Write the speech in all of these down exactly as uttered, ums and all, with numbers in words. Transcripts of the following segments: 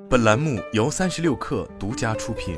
本栏目由三十六氪独家出品。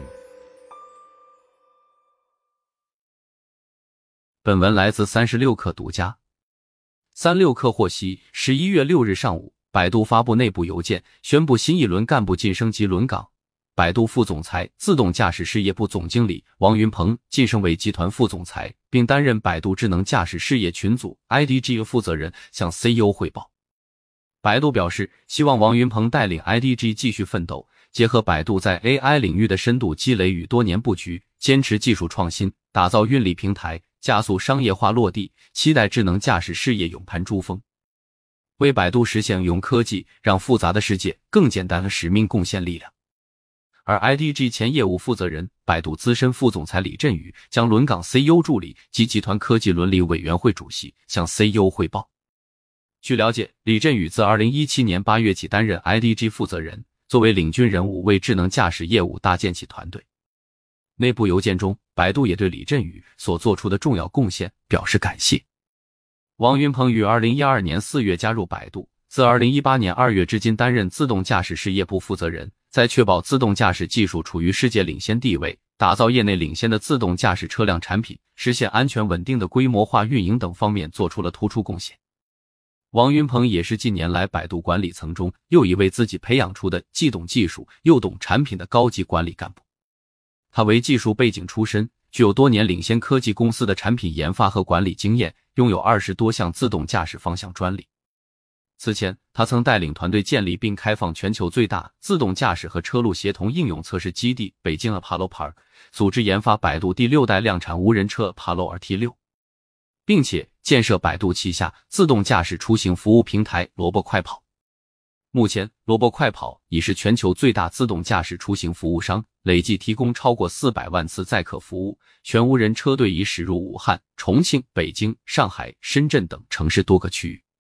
本文来自三十六氪独家。三十六氪获悉，十一月六日上午，百度发布内部邮件，宣布新一轮干部晋升及轮岗。百度副总裁、自动驾驶事业部总经理王云鹏晋升为集团副总裁，并担任百度智能驾驶事业群组 I D G 负责人，向 C E O 汇报。百度表示，希望王云鹏带领 I D G 继续奋斗，结合百度在 A I 领域的深度积累与多年布局，坚持技术创新，打造运力平台，加速商业化落地，期待智能驾驶事业勇攀珠峰，为百度实现用科技让复杂的世界更简单的使命贡献力量。而 I D G 前业务负责人、百度资深副总裁李振宇将轮岗 C E O 助理及集团科技伦理委员会主席，向 C E O 汇报。据了解，李振宇自二零一七年八月起担任 I D G 负责人，作为领军人物为智能驾驶业务搭建起团队。内部邮件中，百度也对李振宇所做出的重要贡献表示感谢。王云鹏于二零一二年四月加入百度，自二零一八年二月至今担任自动驾驶事业部负责人，在确保自动驾驶技术处于世界领先地位，打造业内领先的自动驾驶车辆产品，实现安全稳定的规模化运营等方面做出了突出贡献。王云鹏也是近年来百度管理层中又一位自己培养出的既懂技术又懂产品的高级管理干部。他为技术背景出身，具有多年领先科技公司的产品研发和管理经验，拥有二十多项自动驾驶方向专利。此前，他曾带领团队建立并开放全球最大自动驾驶和车路协同应用测试基地北京 Apollo Park， 组织研发百度第六代量产无人车 Apollo R T 六， 并且建设百度旗下自动驾驶出行服务平台萝卜快跑。目前，萝卜快跑已是全球最大自动驾驶出行服务商，累计提供超过四百万次载客服务，全无人车队已驶入武汉、重庆、北京、上海、深圳等城市多个区域。